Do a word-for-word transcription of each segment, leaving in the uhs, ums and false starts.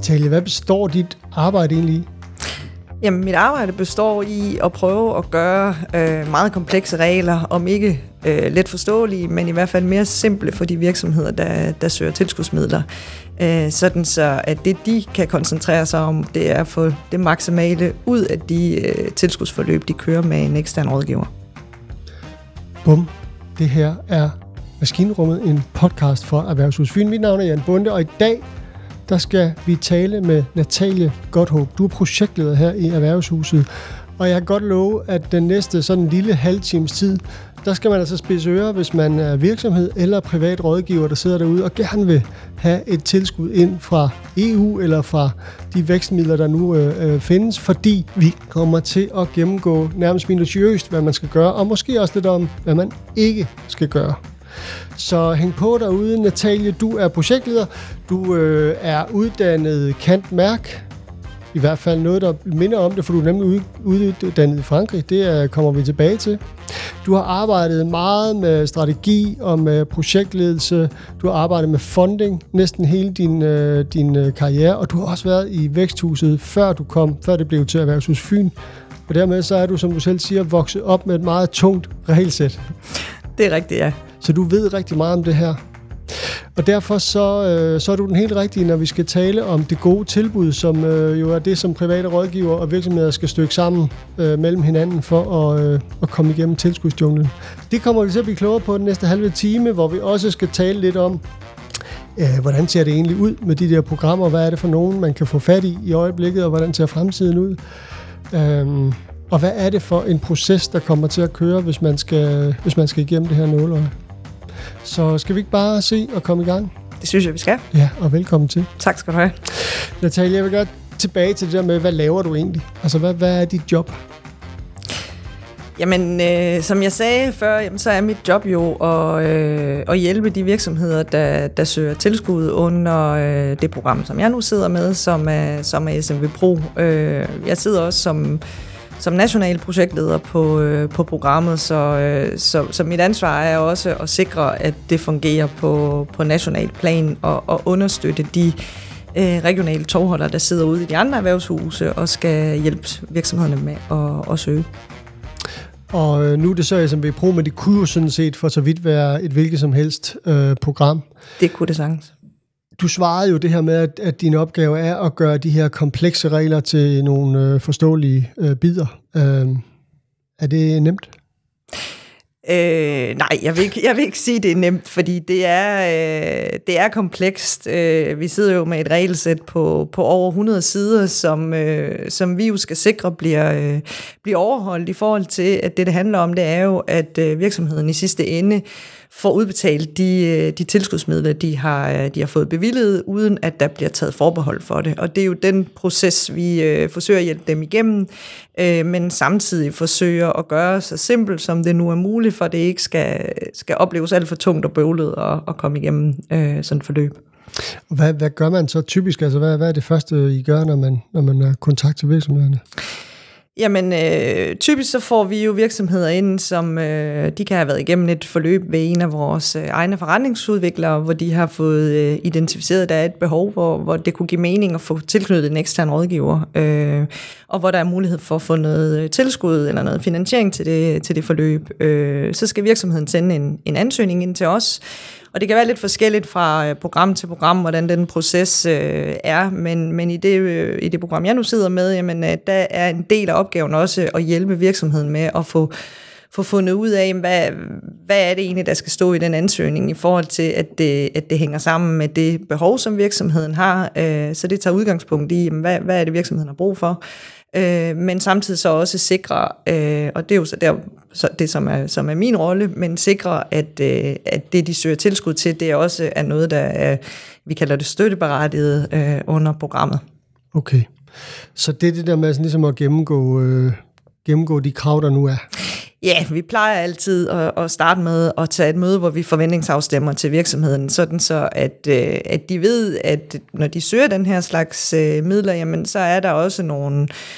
Natalie, hvad består dit arbejde egentlig i? Jamen, mit arbejde består i at prøve at gøre øh, meget komplekse regler, om ikke øh, let forståelige, men i hvert fald mere simple for de virksomheder, der, der søger tilskudsmidler. Øh, sådan så, at det, de kan koncentrere sig om, det er at få det maksimale ud af de øh, tilskudsforløb, de kører med en ekstern rådgiver. Bum. Det her er Maskinrummet, en podcast for Erhvervshus Fyn. Mit navn er Jan Bonde, og i dag der skal vi tale med Natalie Godthåb. Du er projektleder her i Erhvervshuset, og jeg kan godt love, at den næste sådan lille halv times tid, der skal man altså spidse ører, hvis man er virksomhed eller privat rådgiver, der sidder derude og gerne vil have et tilskud ind fra E U eller fra de vækstmidler, der nu øh, findes, fordi vi kommer til at gennemgå nærmest minutiøst, hvad man skal gøre, og måske også lidt om, hvad man ikke skal gøre. Så hæng på derude, Natalie. Du er projektleder. Du øh, er uddannet cand.merc. I hvert fald noget, der minder om det, for du er nemlig uddannet i Frankrig. Det er, kommer vi tilbage til. Du har arbejdet meget med strategi og med projektledelse. Du har arbejdet med funding næsten hele din, øh, din karriere, og du har også været i Væksthuset, før du kom, før det blev til Erhvervshus Fyn. Og dermed så er du, som du selv siger, vokset op med et meget tungt regelsæt. Det er rigtigt, ja. Så du ved rigtig meget om det her. Og derfor så, øh, så er du den helt rigtige, når vi skal tale om det gode tilbud, som øh, jo er det, som private rådgiver og virksomheder skal stykke sammen øh, mellem hinanden for at, øh, at komme igennem tilskudsjunglen. Det kommer vi til at blive klogere på den næste halve time, hvor vi også skal tale lidt om, øh, hvordan ser det egentlig ud med de der programmer, hvad er det for nogen, man kan få fat i i øjeblikket, og hvordan ser fremtiden ud. Øh, og hvad er det for en proces, der kommer til at køre, hvis man skal, hvis man skal igennem det her nåløje. Så skal vi ikke bare se og komme i gang? Det synes jeg, vi skal. Ja, og velkommen til. Tak skal du have. Natalie, jeg vil godt tilbage til det der med, hvad laver du egentlig? Altså, hvad, hvad er dit job? Jamen, øh, som jeg sagde før, jamen, så er mit job jo at, øh, at hjælpe de virksomheder, der, der søger tilskud under øh, det program, som jeg nu sidder med, som er, som er S M V Pro. Øh, jeg sidder også som... som national projektleder på, øh, på programmet, så, øh, så, så mit ansvar er også at sikre, at det fungerer på, på national plan og, og understøtte de øh, regionale tovholdere, der sidder ude i de andre erhvervshuse og skal hjælpe virksomhederne med at, at søge. Og øh, nu er det så S M V Pro, men det kunne jo sådan set for så vidt være et hvilket som helst øh, program. Det kunne det sagtens. Du svarede jo det her med, at, at din opgave er at gøre de her komplekse regler til nogle øh, forståelige øh, bidder. Øh, er det nemt? Øh, nej, jeg vil, ikke, jeg vil ikke sige, det er nemt, fordi det er, øh, det er komplekst. Øh, vi sidder jo med et regelsæt på, på over hundrede sider, som, øh, som vi jo skal sikre bliver, øh, bliver overholdt i forhold til, at det, det handler om, det er jo, at øh, virksomheden i sidste ende får udbetalt de, de tilskudsmidler, de har, de har fået bevilget, uden at der bliver taget forbehold for det. Og det er jo den proces, vi øh, forsøger at hjælpe dem igennem, øh, men samtidig forsøger at gøre så simpelt, som det nu er muligt, for det ikke skal, skal opleves alt for tungt og bøvlet at, at komme igennem øh, sådan et forløb. Hvad, hvad gør man så typisk? Altså, hvad, hvad er det første, I gør, når man, når man har kontakt til virksomhederne? Jamen, øh, typisk så får vi jo virksomheder ind, som øh, de kan have været igennem et forløb ved en af vores øh, egne forretningsudviklere, hvor de har fået øh, identificeret, at der er et behov, hvor, hvor det kunne give mening at få tilknyttet en ekstern rådgiver, øh, og hvor der er mulighed for at få noget tilskud eller noget finansiering til det, til det forløb. Øh, så skal virksomheden sende en, en ansøgning ind til os, og det kan være lidt forskelligt fra program til program, hvordan den proces øh, er, men, men i, det, øh, i det program, jeg nu sidder med, jamen, øh, der er en del af opgaven også at hjælpe virksomheden med at få, få fundet ud af, hvad, hvad er det egentlig, der skal stå i den ansøgning i forhold til, at det, at det hænger sammen med det behov, som virksomheden har. Øh, så det tager udgangspunkt i, jamen, hvad, hvad er det, virksomheden har brug for. Øh, men samtidig så også sikre, øh, og det er jo så der, så det, som er, som er min rolle, men sikre, at, øh, at det, de søger tilskud til, det også er noget, der er, vi kalder det støtteberettiget øh, under programmet. Okay, så det er det der med sådan, ligesom at gennemgå, øh, gennemgå de krav, der nu er? Ja, vi plejer altid at, at starte med at tage et møde, hvor vi forventningsafstemmer til virksomheden, sådan så at, øh, at de ved, at når de søger den her slags øh, midler, jamen så er der også nogle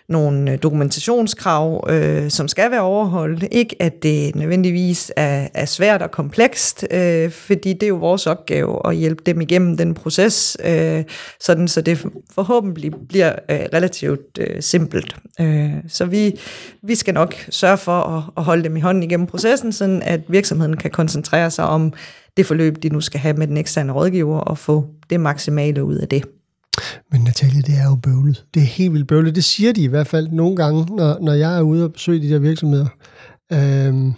nogle dokumentationskrav, øh, som skal være overholdt. Ikke at det nødvendigvis er, er svært og komplekst, øh, fordi det er jo vores opgave at hjælpe dem igennem den proces, øh, sådan så det forhåbentlig bliver øh, relativt øh, simpelt. Øh, så vi, vi skal nok sørge for at, at holde dem i hånden igennem processen, sådan at virksomheden kan koncentrere sig om det forløb, de nu skal have med den eksterne rådgiver, og få det maksimale ud af det. Men Natalie, det er jo bøvlet. Det er helt vildt bøvlet. Det siger de i hvert fald nogle gange, når, når jeg er ude og besøge de der virksomheder. Øhm,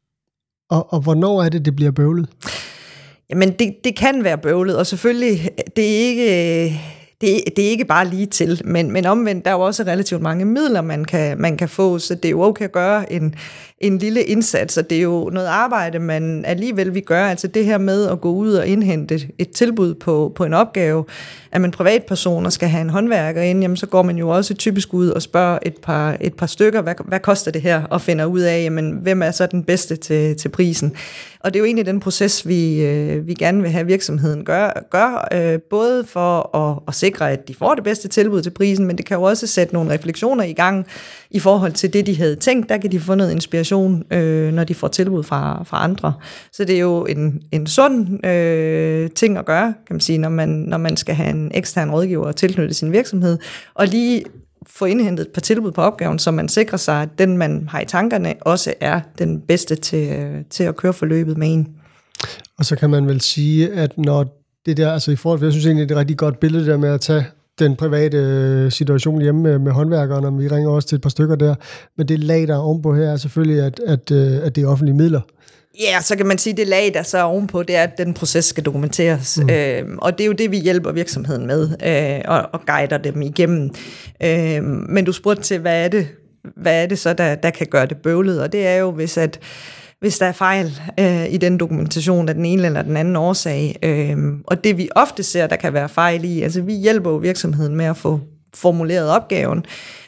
og, og hvornår er det, det bliver bøvlet? Jamen, det, det kan være bøvlet, og selvfølgelig, det er ikke... Det, det er ikke bare lige til, men, men omvendt, der er jo også relativt mange midler, man kan, man kan få, så det er jo okay at gøre en, en lille indsats, og det er jo noget arbejde, man alligevel vil gøre. Altså det her med at gå ud og indhente et tilbud på, på en opgave, at man privatpersoner skal have en håndværker ind, jamen så går man jo også typisk ud og spørger et par, et par stykker, hvad, hvad koster det her, og finder ud af, jamen, hvem er så den bedste til, til prisen. Og det er jo egentlig den proces, vi, øh, vi gerne vil have virksomheden gør, gør øh, både for at, at sikre, at de får det bedste tilbud til prisen, men det kan jo også sætte nogle refleksioner i gang i forhold til det, de havde tænkt. Der kan de få noget inspiration, øh, når de får tilbud fra, fra andre. Så det er jo en, en sund øh, ting at gøre, kan man sige, når man, når man skal have en ekstern rådgiver og tilknytte sin virksomhed, og lige få indhentet et par tilbud på opgaven, så man sikrer sig, at den, man har i tankerne, også er den bedste til, til at køre forløbet med en. Og så kan man vel sige, at når det der, altså i forhold til, jeg synes egentlig, det er et rigtig godt billede der med at tage den private situation hjemme med, med håndværkerne, og vi ringer også til et par stykker der, men det lag, der er ovenpå her, er selvfølgelig, at, at, at det er offentlige midler. Ja, så kan man sige, at det lag, der så er ovenpå, det er, at den proces skal dokumenteres. Mm. Øh, og det er jo det, vi hjælper virksomheden med, øh, og, og guider dem igennem. Øh, men du spurgte til, hvad er det, hvad er det så, der, der kan gøre det bøvlet? Og det er jo, hvis, at, hvis der er fejl øh, i den dokumentation af den ene eller den anden årsag. Øh, og det vi ofte ser, der kan være fejl i, altså vi hjælper jo virksomheden med at få formuleret opgaven,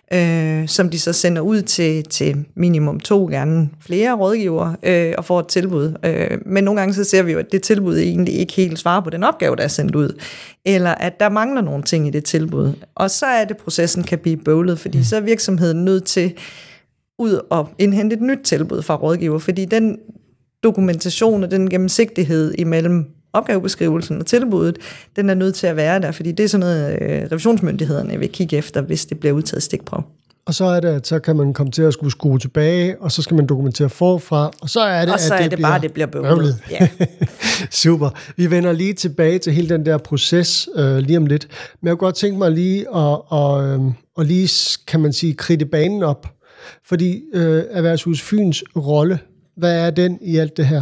Øh, som de så sender ud til, til minimum to, gerne flere rådgivere, øh, og får et tilbud. Øh, men nogle gange så ser vi jo, at det tilbud egentlig ikke helt svarer på den opgave, der er sendt ud, eller at der mangler nogle ting i det tilbud. Og så er det, processen kan blive bøvlet, fordi så er virksomheden nødt til ud og indhente et nyt tilbud fra rådgiver, fordi den dokumentation og den gennemsigtighed imellem opgavebeskrivelsen og tilbuddet, den er nødt til at være der, fordi det er sådan noget, øh, revisionsmyndighederne vil kigge efter, hvis det bliver udtaget stikprøve. Og så er det, at så kan man komme til at skulle skrue tilbage, og så skal man dokumentere forfra, og så er det, og så at er det, det bliver bare, det bliver bøvlet. Ja. Super. Vi vender lige tilbage til hele den der proces øh, lige om lidt. Men jeg kunne godt tænke mig lige at, og, øh, og lige, kan man sige, kridte banen op, fordi øh, Erhvervshus Fyns rolle, hvad er den i alt det her?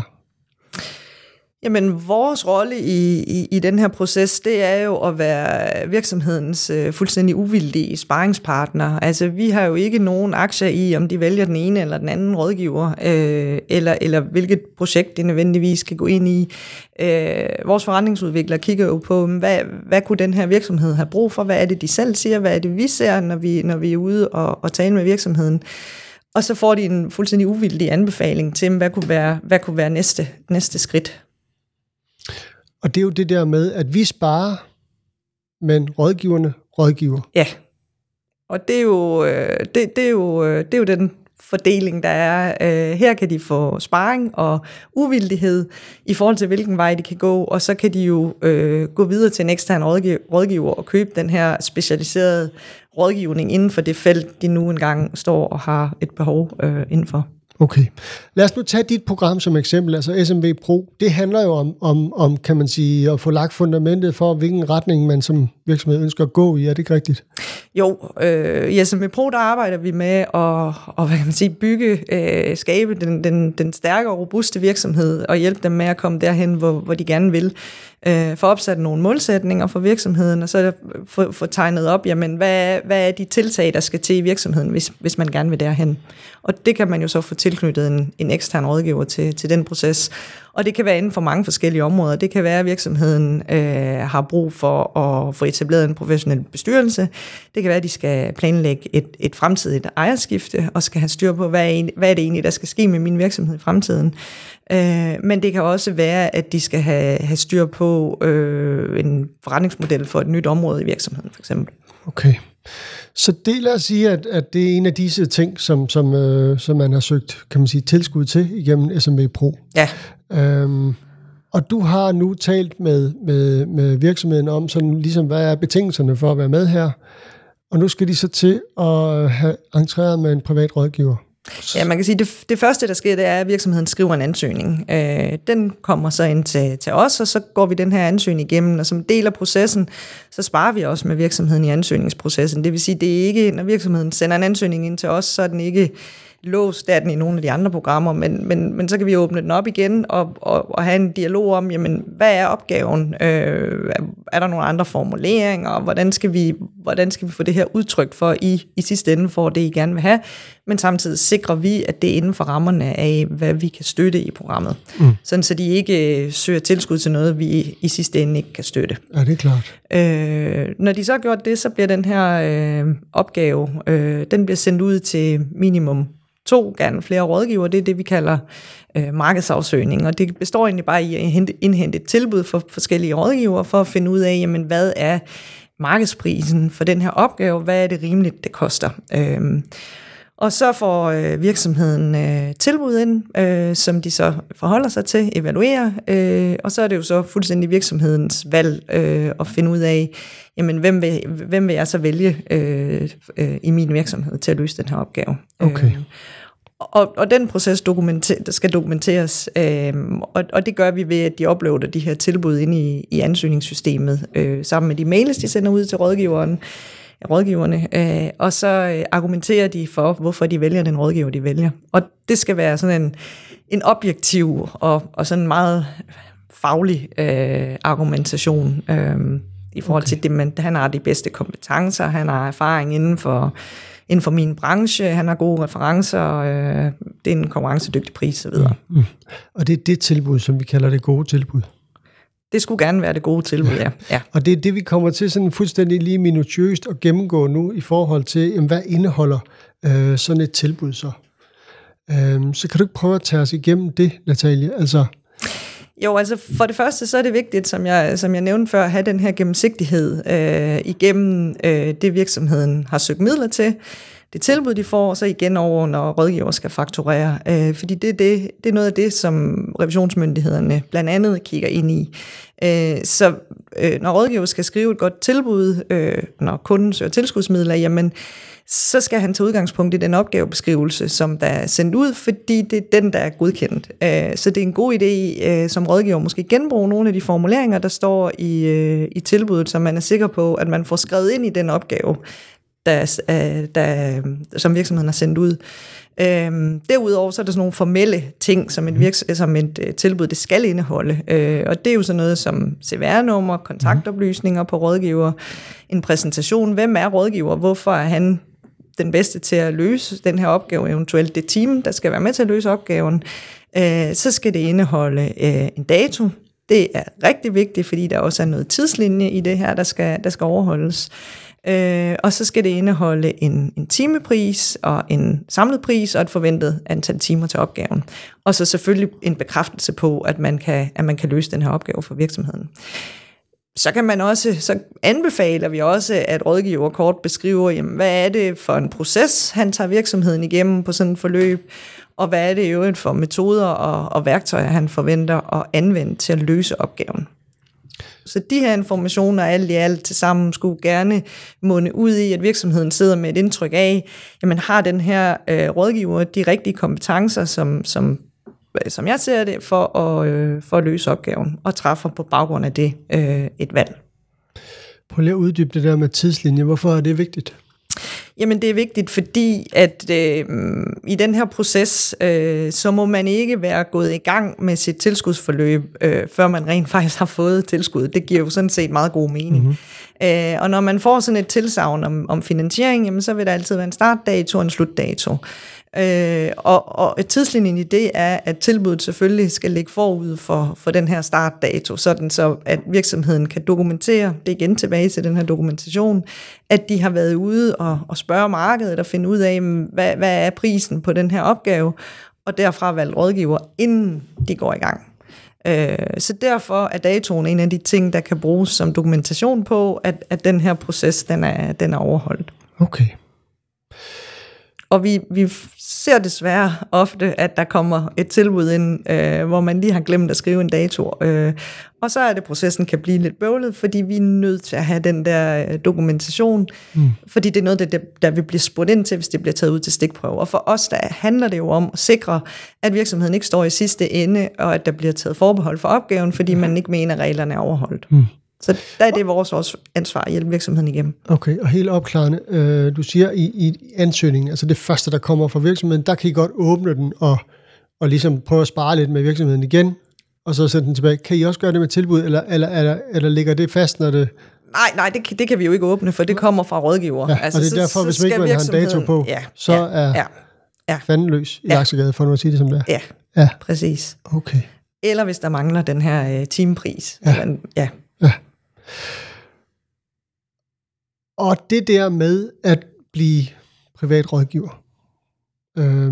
Jamen, vores rolle i, i, i den her proces, det er jo at være virksomhedens øh, fuldstændig uvildige sparringspartner. Altså, vi har jo ikke nogen aktier i, om de vælger den ene eller den anden rådgiver, øh, eller, eller hvilket projekt de nødvendigvis skal gå ind i. Øh, vores forretningsudviklere kigger jo på, hvad, hvad kunne den her virksomhed have brug for? Hvad er det, de selv siger? Hvad er det, vi ser, når vi, når vi er ude og, og tale med virksomheden? Og så får de en fuldstændig uvildig anbefaling til, hvad kunne være, hvad kunne være næste, næste skridt. Og det er jo det der med, at vi sparer, men rådgiverne rådgiver. Ja, og det er jo, det, det er jo, det er jo den fordeling, der er. Her kan de få sparring og uvildighed i forhold til, hvilken vej de kan gå, og så kan de jo øh, gå videre til en ekstern rådgiver og købe den her specialiserede rådgivning inden for det felt, de nu engang står og har et behov øh, indenfor. Okay. Lad os nu tage dit program som eksempel, altså S M V Pro. Det handler jo om, om, om, kan man sige, at få lagt fundamentet for, hvilken retning man som virksomhed ønsker at gå i. Er det ikke rigtigt? Jo, øh, i S M V Pro, der arbejder vi med at og, hvad kan man sige, bygge, øh, skabe den, den, den stærke og robuste virksomhed, og hjælpe dem med at komme derhen, hvor, hvor de gerne vil. Øh, få opsat nogle målsætninger for virksomheden, og så få, få tegnet op, jamen, hvad, hvad er de tiltag, der skal til i virksomheden, hvis, hvis man gerne vil derhen. Og det kan man jo så få tilknyttet en, en ekstern rådgiver til, til den proces. Og det kan være inden for mange forskellige områder. Det kan være, at virksomheden øh, har brug for at få etableret en professionel bestyrelse. Det kan være, at de skal planlægge et, et fremtidigt ejerskifte, og skal have styr på, hvad er, hvad er det egentlig, der skal ske med min virksomhed i fremtiden. Øh, men det kan også være, at de skal have, have styr på øh, en forretningsmodel for et nyt område i virksomheden, for eksempel. Okay. Så det lad os sige, at, at det er en af disse ting, som, som, øh, som man har søgt, kan man sige, tilskud til igennem S M V Pro. Ja. Øhm, og du har nu talt med, med, med virksomheden om, sådan, ligesom, hvad er betingelserne for at være med her? Og nu skal de så til at have entreret med en privat rådgiver. Ja, man kan sige, det, det første, der sker, det er, at virksomheden skriver en ansøgning. Øh, den kommer så ind til, til os, og så går vi den her ansøgning igennem, og som del af processen, så sparer vi også med virksomheden i ansøgningsprocessen. Det vil sige, det er ikke, når virksomheden sender en ansøgning ind til os, så er den ikke låst, der den i nogle af de andre programmer, men, men, men så kan vi åbne den op igen og, og, og have en dialog om, jamen, hvad er opgaven? Øh, er der nogle andre formuleringer? Hvordan skal vi, hvordan skal vi få det her udtrykt for i, i sidste ende, for det I gerne vil have? Men samtidig sikrer vi, at det er inden for rammerne af, hvad vi kan støtte i programmet. Mm. Sådan så de ikke søger tilskud til noget, vi i sidste ende ikke kan støtte. Ja, det er klart. Øh, når de så har gjort det, så bliver den her øh, opgave, øh, den bliver sendt ud til minimum to, gerne flere rådgiver. Det er det, vi kalder øh, markedsafsøgning, og det består egentlig bare i at indhente et tilbud for forskellige rådgiver, for at finde ud af, jamen, hvad er markedsprisen for den her opgave, hvad er det rimeligt, det koster. Øh, og så får øh, virksomheden øh, tilbud ind, øh, som de så forholder sig til, evaluerer, øh, og så er det jo så fuldstændig virksomhedens valg øh, at finde ud af, jamen, hvem vil, hvem vil jeg så vælge øh, øh, i min virksomhed til at løse den her opgave. Okay. Øh, og, og den proces dokumenter, der skal dokumenteres, øh, og, og det gør vi ved, at de uploader de her tilbud ind i, i ansøgningssystemet, øh, sammen med de mails, de sender ud til rådgiveren, rådgiverne, øh, og så øh, argumenterer de for, hvorfor de vælger den rådgiver, de vælger. Og det skal være sådan en, en objektiv og, og sådan meget faglig øh, argumentation øh, i forhold okay. til det, men han har de bedste kompetencer, han har erfaring inden for, inden for min branche, han har gode referencer, øh, det er en konkurrencedygtig pris osv. Mm, mm. Og det er det tilbud, som vi kalder det gode tilbud. Det skulle gerne være det gode tilbud, ja. ja. Og det er det, vi kommer til sådan fuldstændig lige minutiøst at gennemgå nu i forhold til, jamen, hvad indeholder øh, sådan et tilbud så? Øh, så kan du ikke prøve at tage os igennem det, Natalie? Altså... Jo, altså for det første, så er det vigtigt, som jeg, som jeg nævnte før, at have den her gennemsigtighed øh, igennem øh, det, virksomheden har søgt midler til, det tilbud, de får, så igen over, når rådgiver skal fakturere. Øh, fordi det, det, det er noget af det, som revisionsmyndighederne blandt andet kigger ind i. Øh, så øh, når rådgiver skal skrive et godt tilbud, øh, når kunden søger tilskudsmidler, jamen, så skal han tage udgangspunkt i den opgavebeskrivelse, som der er sendt ud, fordi det er den, der er godkendt. Så det er en god idé som rådgiver måske genbruge nogle af de formuleringer, der står i, i tilbuddet, så man er sikker på, at man får skrevet ind i den opgave, der, der, som virksomheden har sendt ud. Øhm, derudover så er der sådan nogle formelle ting, som et, virks- som et tilbud det skal indeholde, øh, og det er jo sådan noget som C V R-nummer, kontaktoplysninger på rådgiver, en præsentation, hvem er rådgiver, hvorfor er han den bedste til at løse den her opgave, eventuelt det team, der skal være med til at løse opgaven. Øh, så skal det indeholde øh, en dato. Det er rigtig vigtigt, fordi der også er noget tidslinje i det her, der skal, der skal overholdes. Øh, og så skal det indeholde en, en timepris og en samlet pris og et forventet antal timer til opgaven. Og så selvfølgelig en bekræftelse på, at man kan, at man kan løse den her opgave for virksomheden. Så kan man også, så anbefaler vi også, at rådgiver kort beskriver, jamen, hvad er det for en proces, han tager virksomheden igennem på sådan et forløb, og hvad er det jo for metoder og, og værktøjer, han forventer at anvende til at løse opgaven. Så de her informationer, alt i alt til sammen, skulle gerne munde ud i, at virksomheden sidder med et indtryk af, at man har den her øh, rådgiver, de rigtige kompetencer, som, som, som jeg ser det, for at, øh, for at løse opgaven, og træffer på baggrund af det øh, et valg. Prøv lige at uddybe det der med tidslinje. Hvorfor er det vigtigt? Jamen det er vigtigt, fordi at øh, i den her proces, øh, så må man ikke være gået i gang med sit tilskudsforløb, øh, før man rent faktisk har fået tilskud. Det giver jo sådan set meget god mening. Mm-hmm. Øh, og når man får sådan et tilsagn om, om finansiering, jamen, så vil der altid være en startdato og en slutdato. Øh, og, og tidslinjen i det er, at tilbuddet selvfølgelig skal ligge forud for, for den her startdato, sådan så at virksomheden kan dokumentere, det er igen tilbage til den her dokumentation, at de har været ude og, og spørge markedet og finde ud af, hvad, hvad er prisen på den her opgave, og derfra valgt rådgiver, inden de går i gang. Øh, så derfor er datoen en af de ting, der kan bruges som dokumentation på, at, at den her proces den er, den er overholdt. Okay. Og vi, vi ser desværre ofte, at der kommer et tilbud ind, øh, hvor man lige har glemt at skrive en dato. Øh, og så er det, processen kan blive lidt bøvlet, fordi vi er nødt til at have den der dokumentation, mm. fordi det er noget, der, der vil blive spurgt ind til, hvis det bliver taget ud til stikprøve. Og for os, der handler det jo om at sikre, at virksomheden ikke står i sidste ende, og at der bliver taget forbehold for opgaven, fordi man ikke mener, at reglerne er overholdt. Mm. Så der er det vores også ansvar at hjælpe virksomheden igennem. Okay, og helt opklarende. Øh, du siger i, i ansøgningen, altså det første, der kommer fra virksomheden, der kan I godt åbne den og, og ligesom prøve at spare lidt med virksomheden igen, og så sende den tilbage. Kan I også gøre det med tilbud, eller, eller, eller, eller ligger det fast, når det... Nej, nej, det, det kan vi jo ikke åbne, for det kommer fra rådgiver. Ja, altså, og det er derfor, så, hvis man ikke har en dato på, ja, så ja, er ja, ja. fanden løs i ja. Aksegade, for nu at sige det som det er. Ja, ja. Præcis. Okay. Eller hvis der mangler den her uh, timepris. Ja. Eller, ja. ja. Og det der med at blive privat rådgiver, øh,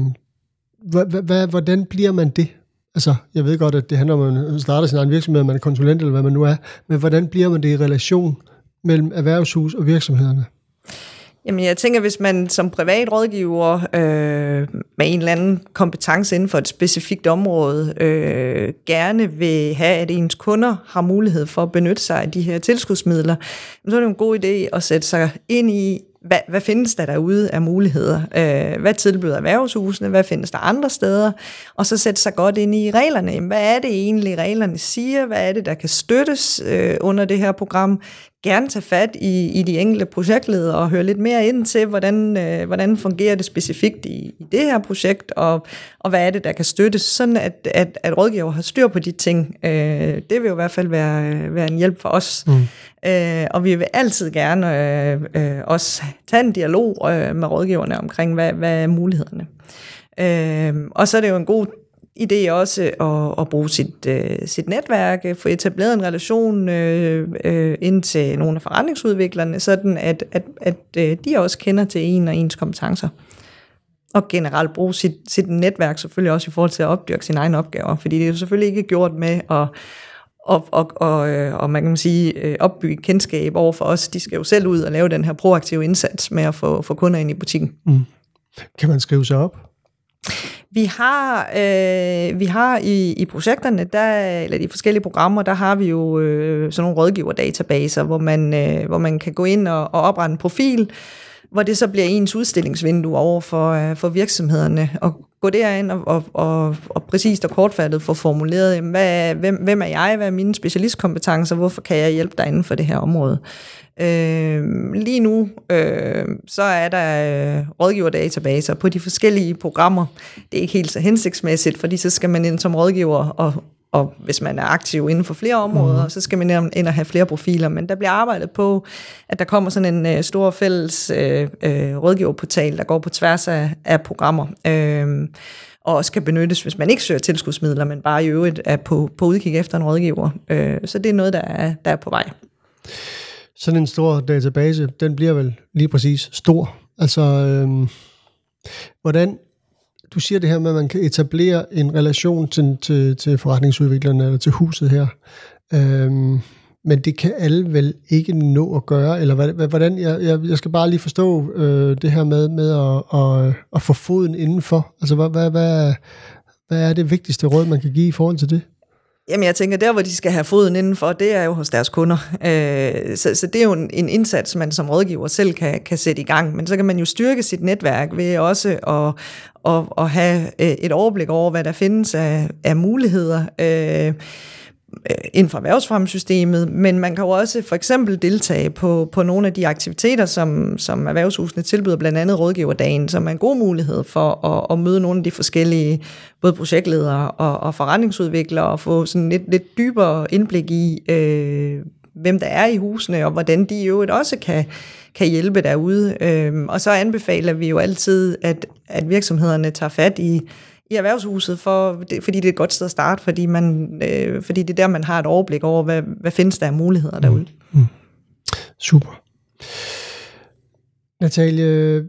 hvordan bliver man det? Altså, jeg ved godt, at det handler om, at man starter sin egen virksomhed, man er konsulent eller hvad man nu er, men hvordan bliver man det i relation mellem erhvervshus og virksomhederne? Jamen, jeg tænker, hvis man som privat rådgiver øh, med en eller anden kompetence inden for et specifikt område øh, gerne vil have, at ens kunder har mulighed for at benytte sig af de her tilskudsmidler, så er det en god idé at sætte sig ind i, hvad, hvad findes der derude af muligheder? Øh, hvad tilbyder erhvervshusene? Hvad findes der andre steder? Og så sætte sig godt ind i reglerne. Jamen, hvad er det egentlig, reglerne siger? Hvad er det, der kan støttes øh, under det her program? Gerne tage fat i, i de enkelte projektledere og høre lidt mere ind til, hvordan, øh, hvordan fungerer det specifikt i, i det her projekt, og, og hvad er det, der kan støttes, sådan at, at, at rådgiver har styr på de ting. Øh, det vil jo i hvert fald være, være en hjælp for os. Mm. Øh, og vi vil altid gerne øh, øh, også tage en dialog øh, med rådgiverne omkring, hvad, hvad er mulighederne. Øh, og så er det jo en god idé også at, at bruge sit, øh, sit netværk, få etableret en relation øh, øh, ind til nogle af forretningsudviklerne, sådan at, at, at øh, de også kender til en og ens kompetencer. Og generelt bruge sit, sit netværk selvfølgelig også i forhold til at opdyrke sine egne opgaver, fordi det er jo selvfølgelig ikke gjort med at og, og, og, og man kan sige opbygge kendskab over for os. De skal jo selv ud og lave den her proaktive indsats med at få, få kunder ind i butikken. Mm. Kan man skrive sig op? Vi har, øh, vi har i, i projekterne, der, eller de forskellige programmer, der har vi jo øh, sådan nogle rådgiverdatabaser, hvor man, øh, hvor man kan gå ind og, og oprette en profil, hvor det så bliver ens udstillingsvindue over for, øh, for virksomhederne, og gå derind og, og, og, og præcist og kortfattet få formuleret, jamen, hvad, hvem, hvem er jeg, hvad er mine specialistkompetencer, hvorfor kan jeg hjælpe dig inden for det her område. Øh, lige nu øh, så er der øh, rådgiverdatabaser på de forskellige programmer. Det er ikke helt så hensigtsmæssigt, fordi så skal man ind som rådgiver, og, og hvis man er aktiv inden for flere områder, mm. så skal man ind og have flere profiler. Men der bliver arbejdet på, at der kommer sådan en øh, stor fælles øh, øh, rådgiverportal, der går på tværs af, af programmer. Øh, og også kan benyttes, hvis man ikke søger tilskudsmidler, men bare i øvrigt er på, på udkig efter en rådgiver. Øh, så det er noget, der er, der er på vej. Sådan en stor database, den bliver vel lige præcis stor. Altså, øhm, hvordan, du siger det her med, at man kan etablere en relation til, til, til forretningsudviklerne, eller til huset her, øhm, men det kan alle vel ikke nå at gøre, eller hvordan, jeg, jeg, jeg skal bare lige forstå øh, det her med, med at, at, at få foden indenfor. Altså, hvad, hvad, hvad, hvad er det vigtigste råd, man kan give i forhold til det? Jamen, jeg tænker, der hvor de skal have foden indenfor, det er jo hos deres kunder. Øh, så, så det er jo en, en indsats, man som rådgiver selv kan, kan sætte i gang. Men så kan man jo styrke sit netværk ved også at, at, at have et overblik over, hvad der findes af, af muligheder øh, inden for erhvervsfremsystemet. Men man kan jo også for eksempel deltage på, på nogle af de aktiviteter, som, som erhvervshusene tilbyder, blandt andet rådgiverdagen, som er en god mulighed for at, at møde nogle af de forskellige både projektledere og, og forretningsudviklere, og få sådan lidt, lidt dybere indblik i, øh, hvem der er i husene, og hvordan de jo også kan, kan hjælpe derude. Øh, og så anbefaler vi jo altid, at, at virksomhederne tager fat i, i erhvervshuset, for, fordi det er et godt sted at starte, fordi, man, øh, fordi det er der, man har et overblik over, hvad, hvad findes der af muligheder derude. Mm. Mm. Super. Natalie,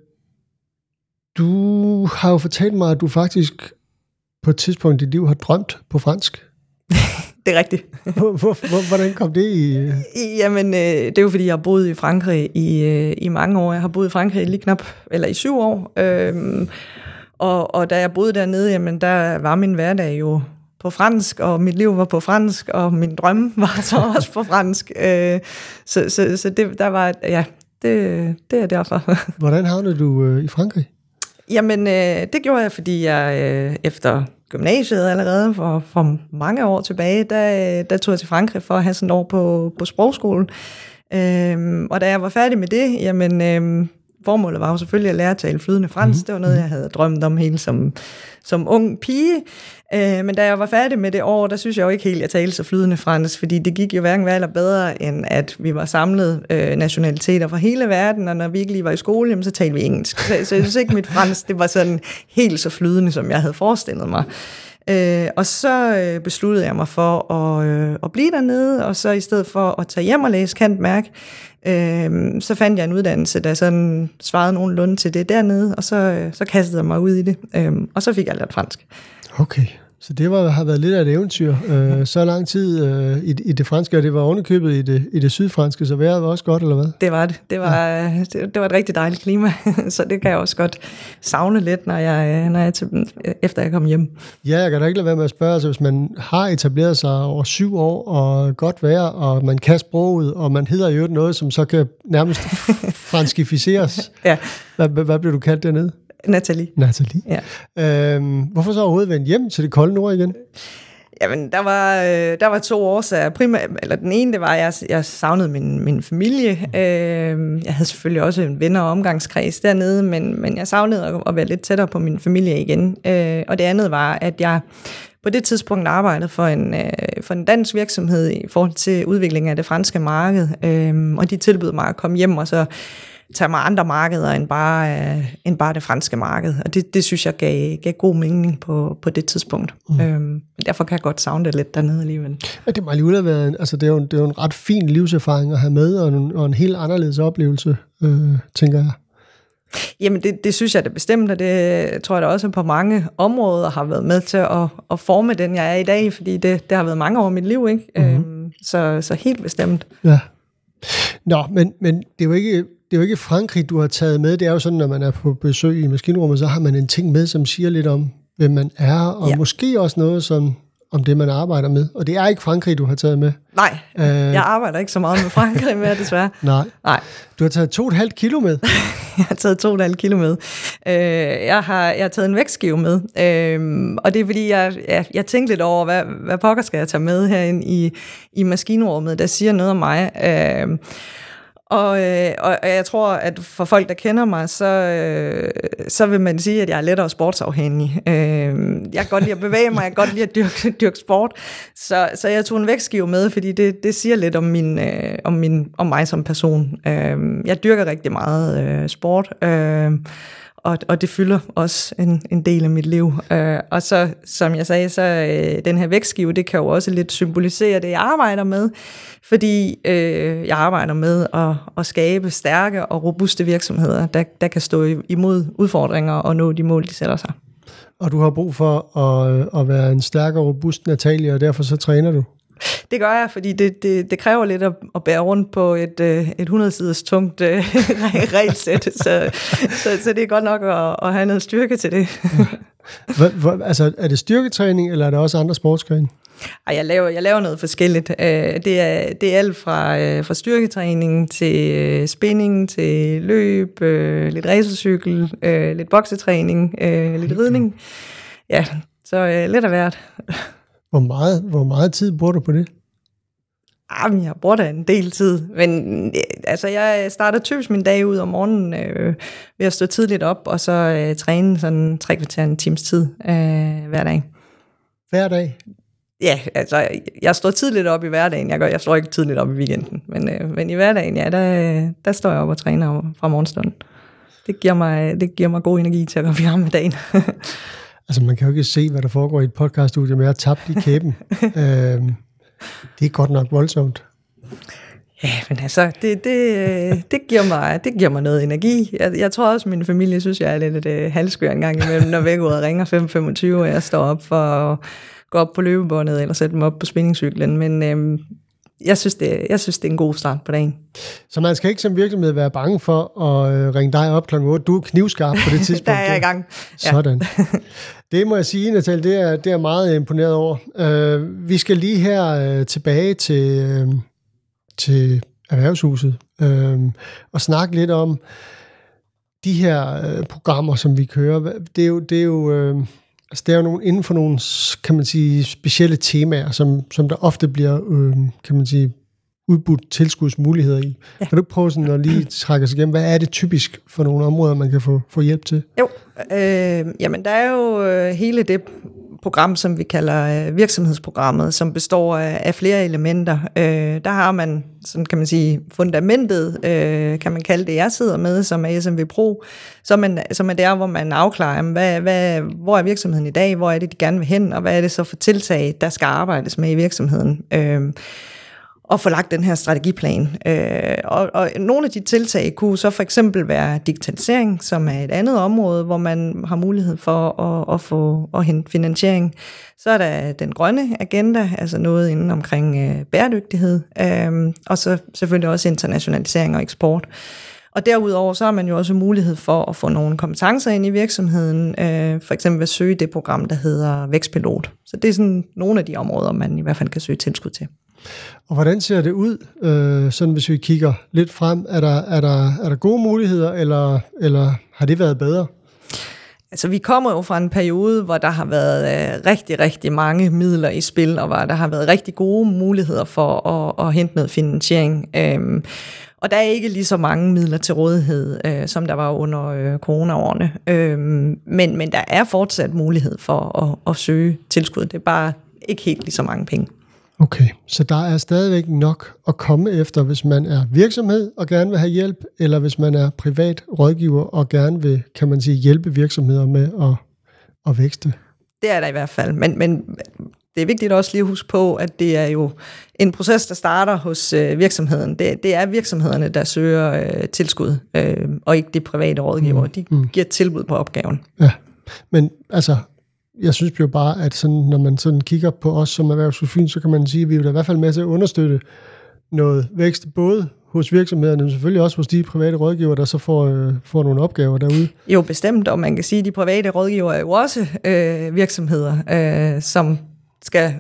du har jo fortalt mig, at du faktisk på et tidspunkt i dit liv har drømt på fransk. Det er rigtigt. Hvor, hvor, hvordan kom det i? Jamen, øh, det er jo fordi, jeg har boet i Frankrig i, øh, i mange år. Jeg har boet i Frankrig lige knap, eller i syv år. Øh, og, og da jeg boede dernede, jamen, der var min hverdag jo på fransk, og mit liv var på fransk, og min drømme var så også på fransk. Øh, så så, så det, der var, ja, det, det er derfor. Hvordan havnede du øh, i Frankrig? Jamen, øh, det gjorde jeg, fordi jeg øh, efter gymnasiet allerede for, for mange år tilbage, der, der tog jeg til Frankrig for at have sådan et år på, på sprogskolen. Øhm, og da jeg var færdig med det, jamen, øhm, formålet var jo selvfølgelig at lære at tale flydende fransk. Mm. Det var noget, jeg havde drømt om hele som, som ung pige. Øh, men da jeg var færdig med det år, der synes jeg jo ikke helt, at jeg talte så flydende fransk, fordi det gik jo hverken værre eller bedre, end at vi var samlet øh, nationaliteter fra hele verden, og når vi ikke lige var i skole, jamen, så talte vi engelsk. Så, så jeg synes ikke, mit fransk det var sådan helt så flydende, som jeg havde forestillet mig. Øh, og så øh, besluttede jeg mig for at, øh, at blive dernede, og så i stedet for at tage hjem og læse Cand.Merc, øh, så fandt jeg en uddannelse, der sådan svarede nogenlunde til det dernede, og så, øh, så kastede jeg mig ud i det, øh, og så fik jeg lært fransk. Okay, så det var, har været lidt af et eventyr. Øh, så lang tid øh, i, i det franske, og det var ovenikøbet i det, i det sydfranske, så vejret var også godt, eller hvad? Det var det. Det var, ja. det, det var et rigtig dejligt klima, så det kan jeg også godt savne lidt, når jeg, når jeg til, efter jeg kom hjem. Ja, jeg kan da ikke lade være med at spørge, altså, hvis man har etableret sig over syv år, og godt vejr, og man kan sproget, og man hedder jo noget, som så kan nærmest franskificeres. Ja. Hvad, hvad blev du kaldt dernede? Nathalie. Nathalie. Ja. Øhm, hvorfor så overhovedet vende hjem til det kolde nord igen? Jamen, der var, øh, der var to årsager. Primært, eller den ene, det var, at jeg, jeg savnede min, min familie. Øh, jeg havde selvfølgelig også en venner- og omgangskreds dernede, men, men jeg savnede at, at være lidt tættere på min familie igen. Øh, og det andet var, at jeg på det tidspunkt arbejdede for en, øh, for en dansk virksomhed i forhold til udviklingen af det franske marked. Øh, og de tilbød mig at komme hjem og så tage mig andre markeder end bare, øh, end bare det franske marked. Og det, det synes jeg gav, gav god mening på, på det tidspunkt. Mm. Øhm, derfor kan jeg godt savne det lidt dernede alligevel. Ja, det må alligevel være en, altså det er, jo, det er jo en ret fin livserfaring at have med, og en, og en helt anderledes oplevelse, øh, tænker jeg. Jamen det, det synes jeg da bestemt, og det tror jeg da også på mange områder har været med til at, at forme den, jeg er i dag, fordi det, det har været mange år i mit liv, ikke? Mm-hmm. Øhm, så, så helt bestemt. Ja. Nå, men, men det er jo ikke... Det er jo ikke Frankrig, du har taget med. Det er jo sådan, når man er på besøg i maskinrummet, så har man en ting med, som siger lidt om, hvem man er, og ja. Måske også noget som, om det, man arbejder med. Og det er ikke Frankrig, du har taget med. Nej, øh, jeg arbejder ikke så meget med Frankrig mere, desværre. Nej. Nej. Du har taget to og et halvt kilo med. Jeg har taget to og et halvt kilo med. Øh, jeg, har, jeg har taget en vægtskive med, øh, og det er fordi, jeg, jeg, jeg tænkte lidt over, hvad, hvad pokker skal jeg tage med herinde i, i maskinrummet, der siger noget om mig. Øh, Og, øh, og jeg tror, at for folk, der kender mig, så, øh, så vil man sige, at jeg er lettere sportsafhængig. Øh, jeg kan godt lide at bevæge mig, jeg kan godt lide at dyrke, dyrke sport. Så, så jeg tog en vægtskive med, fordi det, det siger lidt om, min, øh, om, min, om mig som person. Øh, jeg dyrker rigtig meget øh, sport, øh, og, og det fylder også en, en del af mit liv. Øh, og så, som jeg sagde, så øh, den her vægtskive, det kan jo også lidt symbolisere det, jeg arbejder med. Fordi øh, jeg arbejder med at, at skabe stærke og robuste virksomheder, der, der kan stå imod udfordringer og nå de mål, de sætter sig. Og du har brug for at, at være en stærk og robust Nathalie, og derfor så træner du? Det gør jeg, fordi det, det, det kræver lidt at, at bære rundt på et, et hundrede-siders tungt uh, regelsæt, så, så, så det er godt nok at, at have noget styrke til det. Hvor, hvor, altså, er det styrketræning, eller er det også andre sportsgrene? Ej, jeg laver, jeg laver noget forskelligt. Det er, det er alt fra, fra styrketræning til spinning, til løb, lidt racercykel, lidt boksetræning, lidt ridning. Ja, så lidt af hvert. Hvor meget, hvor meget tid bruger du på det? Jamen, jeg bruger da en del tid, men altså, jeg starter typisk min dag ud om morgenen øh, ved at stå tidligt op, og så øh, træne sådan tre kvarter en times tid øh, hver dag. Hver dag? Ja, altså, jeg står tidligt op i hverdagen. Jeg, gør, jeg står ikke tidligt op i weekenden, men, øh, men i hverdagen, ja, der, der står jeg op og træner fra morgenstunden. Det giver mig, det giver mig god energi til at komme i gang med dagen. Altså, man kan jo ikke se, hvad der foregår i et podcaststudie, men jeg har tabt i kæben. øhm, det er godt nok voldsomt. Ja, men altså, det, det, det, giver, mig, det giver mig noget energi. Jeg, jeg tror også, at min familie synes, jeg er lidt uh, halvskør en gang imellem, når vækkeuret ringer fem femogtyve, og jeg står op for at gå op på løbebåndet eller sætte dem op på spinningcyklen, men øh, jeg, synes, det, jeg synes, det er en god start på dagen. Så man skal ikke som virksomhed være bange for at øh, ringe dig op klokken otte. Du er knivskarp på det tidspunkt. Der er jeg i gang. Ja. Sådan. Det må jeg sige, Natalie, det er, det er meget imponeret over. Uh, vi skal lige her uh, tilbage til, uh, til Erhvervshuset uh, og snakke lidt om de her uh, programmer, som vi kører. Det er jo, det er jo, uh, altså, det er jo nogle, inden for nogle, kan man sige, specielle temaer, som, som der ofte bliver, uh, kan man sige, udbudt tilskudsmuligheder i. Ja. Kan du prøve sådan at lige trække sig igennem, hvad er det typisk for nogle områder, man kan få, få hjælp til? Jo, øh, jamen der er jo øh, hele det program, som vi kalder øh, virksomhedsprogrammet, som består af, af flere elementer. Øh, der har man, sådan kan man sige, fundamentet, øh, kan man kalde det, jeg sidder med, som er S M V Pro, som er, som er der, hvor man afklarer, hvad, hvad, hvor er virksomheden i dag, hvor er det, de gerne vil hen, og hvad er det så for tiltag, der skal arbejdes med i virksomheden. Øh, og få lagt den her strategiplan. Øh, og, og nogle af de tiltag kunne så for eksempel være digitalisering, som er et andet område, hvor man har mulighed for at, at få at hente finansiering. Så er der den grønne agenda, altså noget inden omkring øh, bæredygtighed, øh, og så selvfølgelig også internationalisering og eksport. Og derudover så har man jo også mulighed for at få nogle kompetencer ind i virksomheden, øh, for eksempel ved at søge det program, der hedder Vækstpilot. Så det er sådan nogle af de områder, man i hvert fald kan søge tilskud til. Og hvordan ser det ud, øh, sådan hvis vi kigger lidt frem? Er der, er der, er der gode muligheder, eller, eller har det været bedre? Altså, vi kommer jo fra en periode, hvor der har været øh, rigtig, rigtig mange midler i spil, og hvor der har været rigtig gode muligheder for at, at hente noget finansiering. Øhm, og der er ikke lige så mange midler til rådighed, øh, som der var under øh, coronaårene. Øhm, men, men der er fortsat mulighed for at, at søge tilskud. Det er bare ikke helt lige så mange penge. Okay, så der er stadigvæk nok at komme efter, hvis man er virksomhed og gerne vil have hjælp, eller hvis man er privat rådgiver og gerne vil, kan man sige, hjælpe virksomheder med at, at vækste. Det er der i hvert fald, men, men det er vigtigt også lige at huske på, at det er jo en proces, der starter hos øh, virksomheden. Det, det er virksomhederne, der søger øh, tilskud, øh, og ikke de private rådgivere. De mm. giver tilbud på opgaven. Ja, men altså... Jeg synes jo bare, at sådan, når man sådan kigger på os som Erhvervshus Fyn, så kan man sige, at vi er i hvert fald med til at understøtte noget vækst, både hos virksomhederne, men selvfølgelig også hos de private rådgivere, der så får, øh, får nogle opgaver derude. Jo, bestemt, og man kan sige, at de private rådgivere er jo også øh, virksomheder, øh, som skal,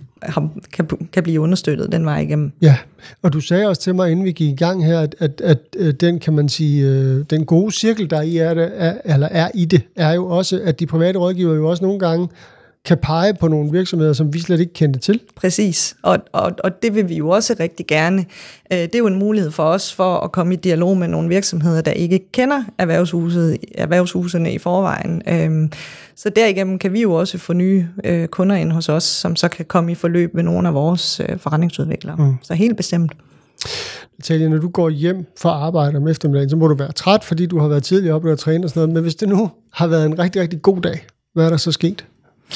kan, kan blive understøttet den vej igennem. Ja, og du sagde også til mig, inden vi gik i gang her, at, at, at, at den, kan man sige, øh, den gode cirkel, der i er, det, er, eller er i det, er jo også, at de private rådgivere jo også nogle gange kan pege på nogle virksomheder, som vi slet ikke kendte til. Præcis, og, og, og det vil vi jo også rigtig gerne. Det er jo en mulighed for os for at komme i dialog med nogle virksomheder, der ikke kender erhvervshuset, erhvervshusene i forvejen. Så derigennem kan vi jo også få nye kunder ind hos os, som så kan komme i forløb med nogle af vores forretningsudviklere. Mm. Så helt bestemt. Natalie, når du går hjem fra arbejde om eftermiddagen, så må du være træt, fordi du har været tidligere oppe og træne og sådan noget. Men hvis det nu har været en rigtig, rigtig god dag, hvad er der så sket?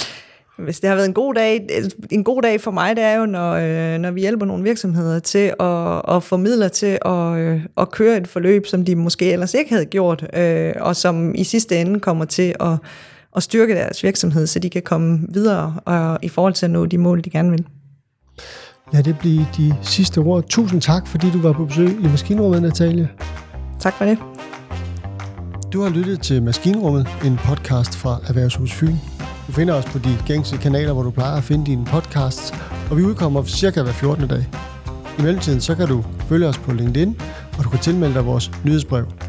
Hvis det har været en god dag, en god dag for mig, det er jo, når, øh, når vi hjælper nogle virksomheder til at, at få midler til at, øh, at køre et forløb, som de måske ellers ikke havde gjort, øh, og som i sidste ende kommer til at, at styrke deres virksomhed, så de kan komme videre og, i forhold til at nå de mål, de gerne vil. Lad det blive de sidste ord. Tusind tak, fordi du var på besøg i Maskinrummet, Natalie. Tak for det. Du har lyttet til Maskinrummet, en podcast fra Erhvervshus Fyn. Du finder os på de gængse kanaler, hvor du plejer at finde dine podcasts, og vi udkommer cirka hver fjortende dag. I mellemtiden så kan du følge os på LinkedIn, og du kan tilmelde dig vores nyhedsbrev.